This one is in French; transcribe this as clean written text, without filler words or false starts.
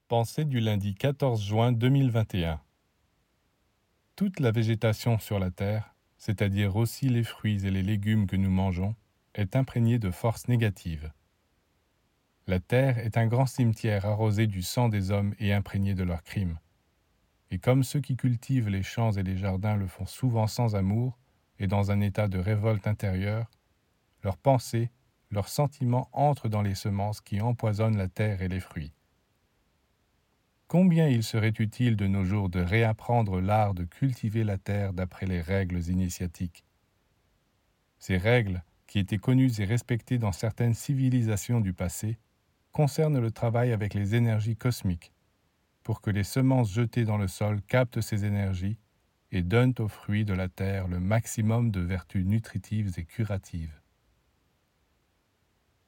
Pensée du lundi 14 juin 2021. Toute la végétation sur la Terre, c'est-à-dire aussi les fruits et les légumes que nous mangeons, est imprégnée de forces négatives. La Terre est un grand cimetière arrosé du sang des hommes et imprégné de leurs crimes. Et comme ceux qui cultivent les champs et les jardins le font souvent sans amour et dans un état de révolte intérieure, leurs pensées, leurs sentiments entrent dans les semences qui empoisonnent la terre et les fruits. Combien il serait utile de nos jours de réapprendre l'art de cultiver la terre d'après les règles initiatiques. Ces règles, qui étaient connues et respectées dans certaines civilisations du passé, concernent le travail avec les énergies cosmiques, pour que les semences jetées dans le sol captent ces énergies et donnent aux fruits de la terre le maximum de vertus nutritives et curatives.